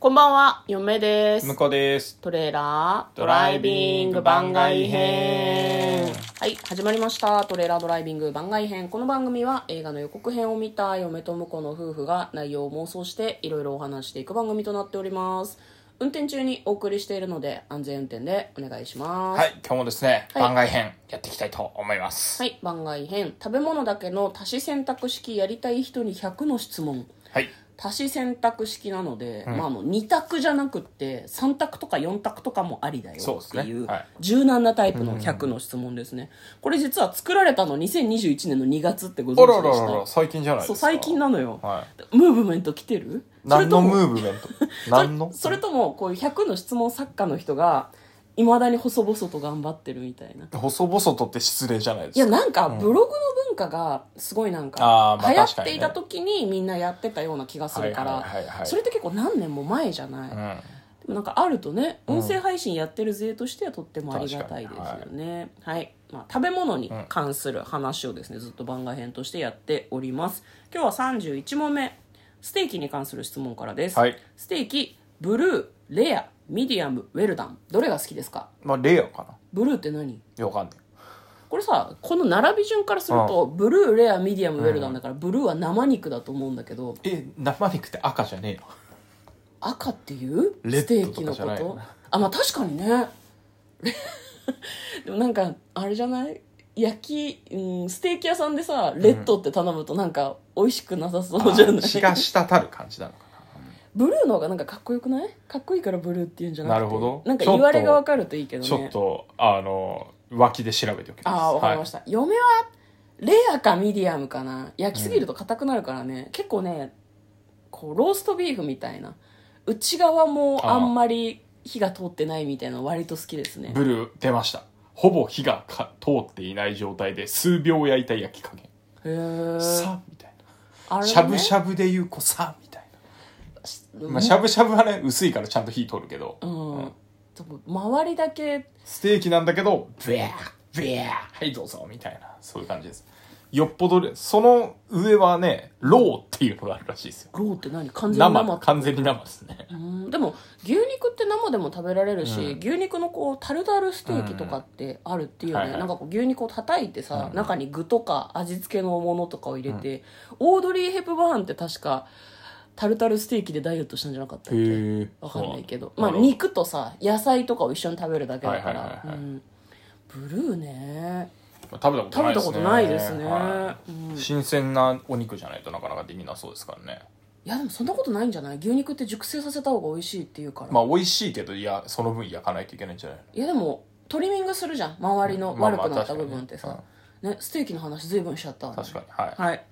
こんばんは、嫁です。 向こうです。 トレーラードライビング番外編。はい、始まりました。トレーラードライビング番外編。この番組は映画の予告編を見た嫁と婿の夫婦が内容を妄想していろいろお話していく番組となっております。運転中にお送りしているので安全運転でお願いします。 はい、今日もですね、 はい、 番外編やっていきたいと思います。 はい、番外編。食べ物だけの足し選択式やりたい人に100の質問。 はい。 足し選択式なので、2択じゃなくって3択とか4択とかもありだよっていう、柔軟なタイプの100の質問ですね。これ実は作られたの2021年の2月ってご存知でした？ あら最近じゃないですか。 そう、最近なのよ。 はい、 ムーブメント来てる？ 何のムーブメント？何の？ それともこういう100の質問作家の人がいまだに細々と頑張ってるみたいな。 細々とって失礼じゃないですか。 いや、なんかブログの文化がすごいなんか流行っていた時にみんなやってたような気がするから、それって結構何年も前じゃない、でもなんかあるとね、音声配信やってる勢としてはとってもありがたいですよね。はい、食べ物に関する話をですね、ずっと番外編としてやっております。今日は31問目、ステーキに関する質問からです。ステーキ、ブルー、レア、ミディアム、ウェルダン、どれが好きですか？ レアかな。 ブルーって何？ わかんない。 これさ、この並び順からすると、ブルー、レア、ミディアム、ウェルダンだから、ブルーは生肉だと思うんだけど。 生肉って赤じゃねえの？ 赤っていうステーキのこと？確かにね。でもなんかあれじゃない、ステーキ屋さんでさレッドって頼むとなんか美味しくなさそうじゃない？ 血が滴る感じなのかな。 ブルーの方がなんかかっこよくない？かっこいいからブルーって言うんじゃなくて。 なるほど。 なんか言われが分かるといいけどね。 ちょっと脇で調べておきます。 わかりました、嫁はレアかミディアムかな。焼きすぎると硬くなるからね、結構ね、こうローストビーフみたいな内側もあんまり火が通ってないみたいなの割と好きですね。 ブルー出ました。ほぼ火が通っていない状態で数秒焼いた焼き加減。さみたいな、ね、しゃぶしゃぶでいうさみたいな、しゃぶしゃぶはね薄いからちゃんと火通るけど、 周りだけステーキなんだけどブヤーブヤーはいどうぞみたいな、そういう感じです。よっぽどその上はねローっていうのがあるらしいですよ。 ローって何？完全に生？ 完全に生ですね。 でも牛肉って生でも食べられるし、牛肉のこうタルタルステーキとかってあるっていうね、なんかこう牛肉を叩いてさ、中に具とか味付けのものとかを入れて、オードリー・ヘプバーンって確かタルタルステーキでダイエットしたんじゃなかったっけ？わかんないけど、肉とさ野菜とかを一緒に食べるだけだから。ブルーね、 食べたことないですね。新鮮なお肉じゃないとなかなかできなそうですからね。 いやでもそんなことないんじゃない？牛肉って熟成させた方が美味しいっていうから。 美味しいけど、いやその分焼かないといけないんじゃないの？ いやでもトリミングするじゃん、周りの悪くなった部分ってさ、ステーキの話随分しちゃったわね。 確かに。はい、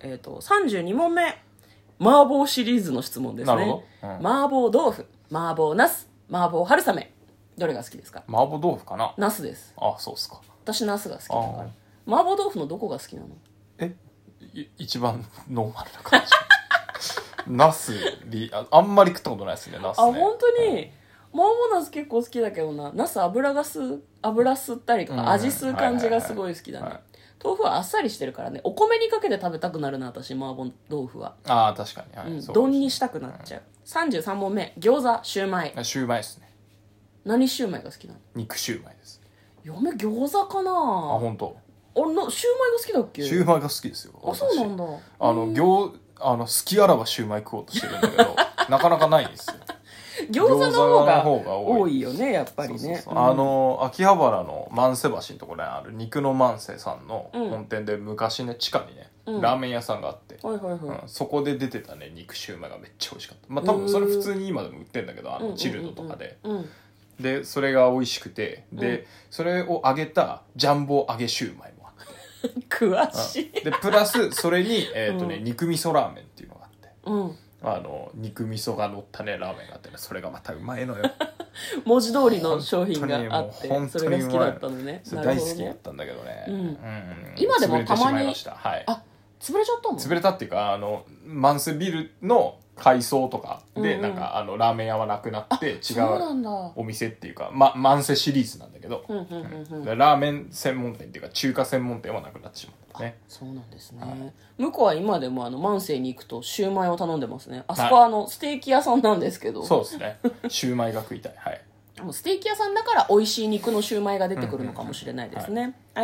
32問目、麻婆シリーズの質問ですね。 なるほど、 麻婆豆腐、麻婆茄子、麻婆春雨、どれが好きですか？ 麻婆豆腐かな。 茄子です。 そうですか。 私茄子が好きだから。麻婆豆腐のどこが好きなの？ 一番ノーマルな感じ。ナスあんまり食ったことないですね、ナスね。 本当に、麻婆ナス結構好きだけどな。ナス油吸ったりとか味吸う感じがすごい好きだね。豆腐はあっさりしてるからね、お米にかけて食べたくなるな、私麻婆豆腐は。 確かに、 丼にしたくなっちゃう。33問目、餃子、シューマイ。 シューマイですね。 何シューマイが好きなの？ 肉シューマイです。 嫁餃子かな。 本当。 シューマイが好きだっけ？ シューマイが好きですよ。 そうなんだ。 好きあらばシューマイ食おうとしてるんだけどなかなかないんですよ。 餃子の方が多いよね、やっぱりね。 秋葉原の万世橋のところにある肉の万世さんの本店で昔ね、地下にねラーメン屋さんがあって、そこで出てたね肉シューマイがめっちゃ美味しかった。多分それ普通に今でも売ってんだけど、チルドとかで。でそれが美味しくて、でそれを揚げたジャンボ揚げシューマイもあって詳しい。 でプラスそれに肉味噌ラーメンっていうのがあって、肉味噌が乗ったねラーメンがあってね、それがまたうまいのよ。 文字通りの商品があって、それが好きだったのね。 それ大好きだったんだけどね。 今でもたまに潰れてしまいました。 潰れちゃったの？ 潰れたっていうかマンスビルの改装とかで、なんかラーメン屋はなくなって違うお店っていうか、マンセシリーズなんだけど、ラーメン専門店っていうか中華専門店はなくなってしまったね。 そうなんですね。向こうは今でもマンセに行くとシューマイを頼んでますね。あそこはステーキ屋さんなんですけど。 そうですね。シューマイが食いたい。はい。 ステーキ屋さんだから美味しい肉のシューマイが出てくるのかもしれないですね。はい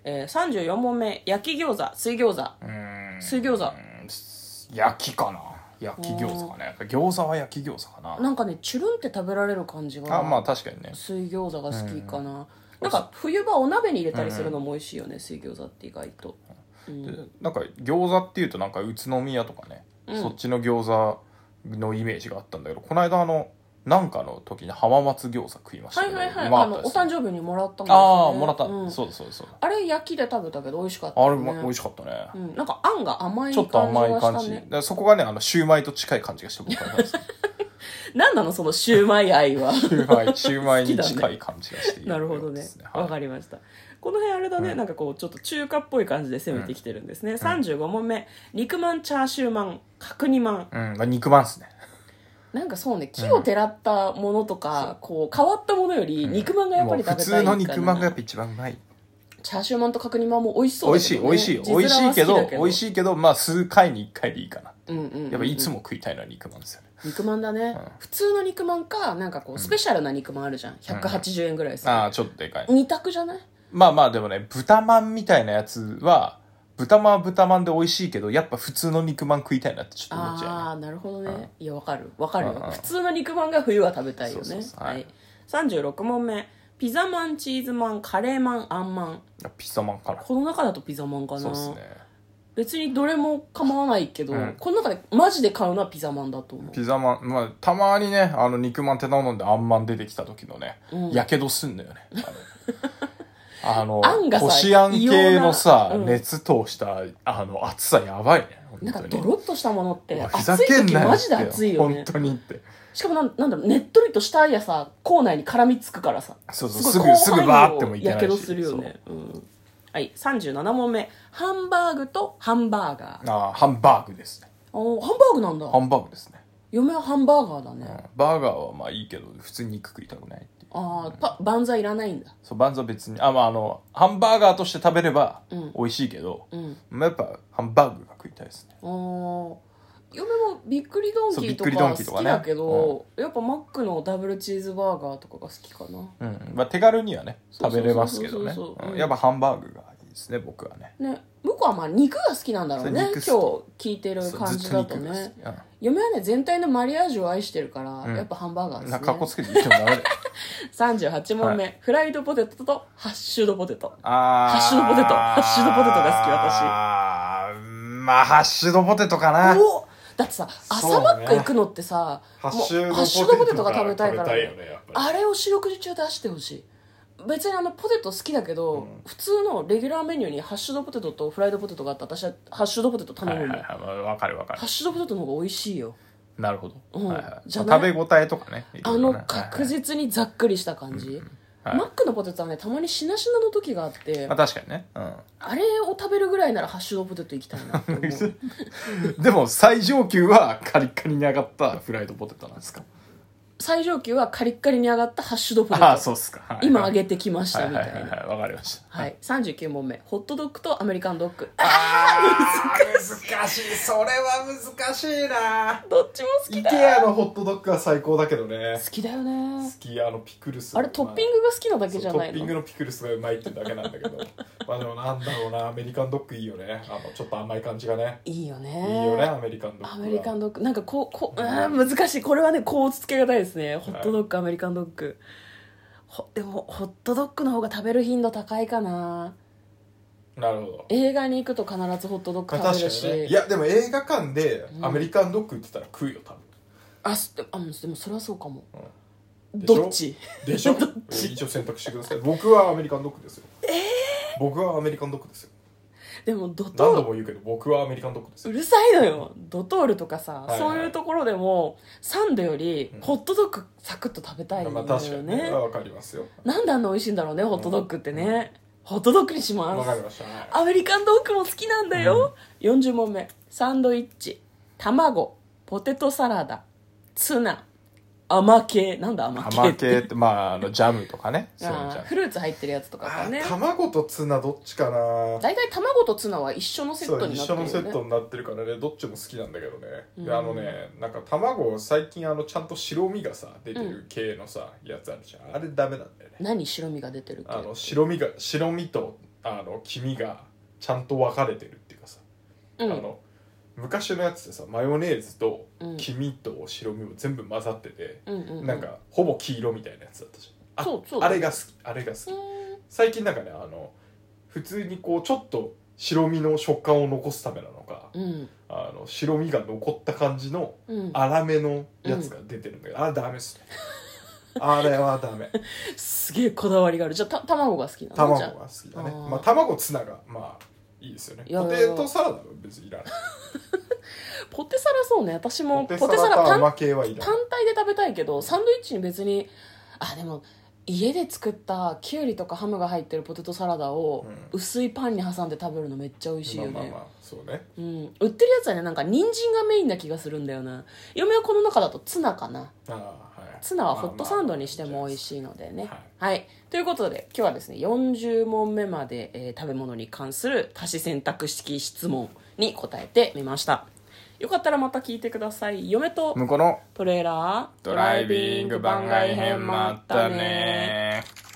。34問目、焼き餃子、水餃子。水餃子。 焼きかな。焼き餃子かね。餃子は焼き餃子かな。 なんかね、チュルンって食べられる感じが。 まあ確かにね。 水餃子が好きかな。なんか冬場お鍋に入れたりするのも美味しいよね、水餃子って意外と。 なんか餃子っていうとなんか宇都宮とかね、そっちの餃子のイメージがあったんだけど、この間なんかの時に浜松餃子食いましたけど、 はいはいはい、お誕生日にもらったんですね。 ああ、もらった、そうそうそう。 あれ焼きで食べたけど美味しかったね。 あれ美味しかったね。 なんかあんが甘い感じがしたね。ちょっと甘い感じ。そこがね、シューマイと近い感じがして僕は何なのそのシューマイ愛は。 シューマイに近い感じがしている、 なるほどね。わかりました。この辺あれだね、なんかこうちょっと中華っぽい感じで攻めてきてるんですね。35問目、肉まんチャーシューまん角煮まん。 肉まんっすね。 なんかそうね、木をてらったものとか、こう変わったものより肉まんがやっぱり食べたいかな。 普通の肉まんがやっぱ一番うまい。 チャーシューまんと角煮まんも美味しそうだけど、ね、 美味しいけどまあ数回に1回でいいかな。やっぱいつも食いたいのは肉まんですよね。 肉まんだね、普通の肉まんかなんかこうスペシャルな肉まんあるじゃん、180円ぐらいする、 ちょっとでかい。 二択じゃない？ まあでもね、豚まんみたいなやつは豚まんは豚まんで美味しいけど、やっぱ普通の肉まん食いたいなってちょっと思っちゃう、ね。 ああ、なるほどね。いや、わかるよ。普通の肉まんが冬は食べたいよね。はい。36問目。ピザまん、チーズまん、カレーまん、あんまん。 ピザまんかな。 この中だとピザまんかな。 そうですね。 別にどれも構わないけど、この中でマジで買うのはピザまんだと思う。 ピザまん、まあ、たまにね、肉まんって頼んであんまん出てきた時のね、やけどすんだよね。 あんがさ、 こしあん系のさ、熱通した熱さやばいね。 なんかドロッとしたものってふざけんなよマジで熱いよね。 本当にって。 しかもなんだろう、ねっとりとしたやさ、口内に絡みつくからさ、 そうすぐバーってもいけないし、 やけどするよね。はい、37問目。ハンバーグとハンバーガー。 ハンバーグですね。 ハンバーグなんだ。 ハンバーグですね。 嫁はハンバーガーだね。 バーガーはまあいいけど普通に肉食いたくないっていう。 バンザいらないんだ。 そう、バンザ別にハンバーガーとして食べれば美味しいけど、やっぱハンバーグが食いたいですね。 嫁もびっくりドンキーとか好きだけど、やっぱマックのダブルチーズバーガーとかが好きかな。 まあ手軽にはね食べれますけどね。やっぱハンバーグがいいですね、僕はね。 向こうはまあ肉が好きなんだろうね。今日聞いてる感じだとね。嫁はね、全体のマリアージュを愛してるから、やっぱハンバーガーですね。 かっこつけて言ってもダメだよ。 38問目、フライドポテトとハッシュドポテト。ハッシュドポテトが好き、私。 まあハッシュドポテトかな。 だってさ、朝マック行くのってさ、ハッシュドポテトが食べたいから、あれを四六時中出してほしい。別にポテト好きだけど、普通のレギュラーメニューにハッシュドポテトとフライドポテトがあったら私はハッシュドポテト頼むもん。 わかる。 ハッシュドポテトの方が美味しいよ。 なるほど。 じゃ食べ応えとかね。 確実にざっくりした感じ。マックのポテトはね、たまにしなしなの時があって、 確かにね。 あれを食べるぐらいならハッシュドポテト行きたいなって思う。 でも最上級はカリッカリに上がったフライドポテトなんですか？ 最上級はカリッカリに上がったハッシュドポテト。 そうっすか。 今上げてきましたみたいな。 わかりました。 はい。39問目。ホットドッグとアメリカンドッグ。 難しい。それは難しいな。 どっちも好きだ。 イケアのホットドッグは最高だけどね。 好きだよね。 好き。ピクルス。 あれトッピングが好きなだけじゃないの？ トッピングのピクルスがうまいってだけなんだけど。まあでもなんだろうな、アメリカンドッグいいよね。ちょっと甘い感じがね。 いいよね。 いいよね、アメリカンドッグ。 アメリカンドッグ。なんか難しい。これはね、こうつけがたいですね。ホットドッグ、アメリカンドッグ。でもホットドッグの方が食べる頻度高いかな。 なるほど。 映画に行くと必ずホットドッグ食べるし、 いやでも映画館でアメリカンドッグって言ったら食うよ多分。 でもそれはそうかも。どっちでしょ一応選択してください。僕はアメリカンドッグですよ。僕はアメリカンドッグですよ。 でも何度も言うけど僕はアメリカンドッグですよ。 うるさいのよ。ドトールとかさ、そういうところでもサンドよりホットドッグサクッと食べたいよね。 確かにね。わかりますよ。 なんであんな美味しいんだろうね、ホットドッグってね。ホットドッグにします。 わかりました。 アメリカンドッグも好きなんだよ。40問目。サンドイッチ、卵、 ポテトサラダ、ツナ、甘系。なんだ甘系って。 甘系ってジャムとかね。そういうフルーツ入ってるやつとかかね。 卵とツナどっちかな。 大体卵とツナは一緒のセットになってるよね。 一緒のセットになってるからね、どっちも好きなんだけどね。でなんか卵最近ちゃんと白身がさ出てる系のさ、やつあるじゃん。あれダメなんだよね。 何白身が出てる系？ 白身と黄身がちゃんと分かれてるっていうかさ、昔のやつでさ、マヨネーズと黄身と白身も全部混ざってて、なんかほぼ黄色みたいなやつだったじゃん。あれが好き。最近なんかね、普通にこうちょっと白身の食感を残すためなのか、白身が残った感じの粗めのやつが出てるんだけど、あれダメっすね。あれはダメ。 すげえこだわりがある。じゃあ卵が好きなの？ 卵が好きだね。卵ツナがいいですよね。ポテトサラダは別にいらない。 ポテサラそうね。私もポテサラと甘系はいらない。 単体で食べたいけど、サンドイッチに別にでも家で作ったキュウリとかハムが入ってるポテトサラダを薄いパンに挟んで食べるのめっちゃ美味しいよね。 そうね。 売ってるやつはね、なんか人参がメインな気がするんだよな。嫁はこの中だとツナかな。ツナはホットサンドにしても美味しいのでね。はい。ということで今日はですね、40問目まで、食べ物に関する多子選択式質問に答えてみました。よかったらまた聞いてください。嫁と向こうのトレーラードライビング番外編もあったね。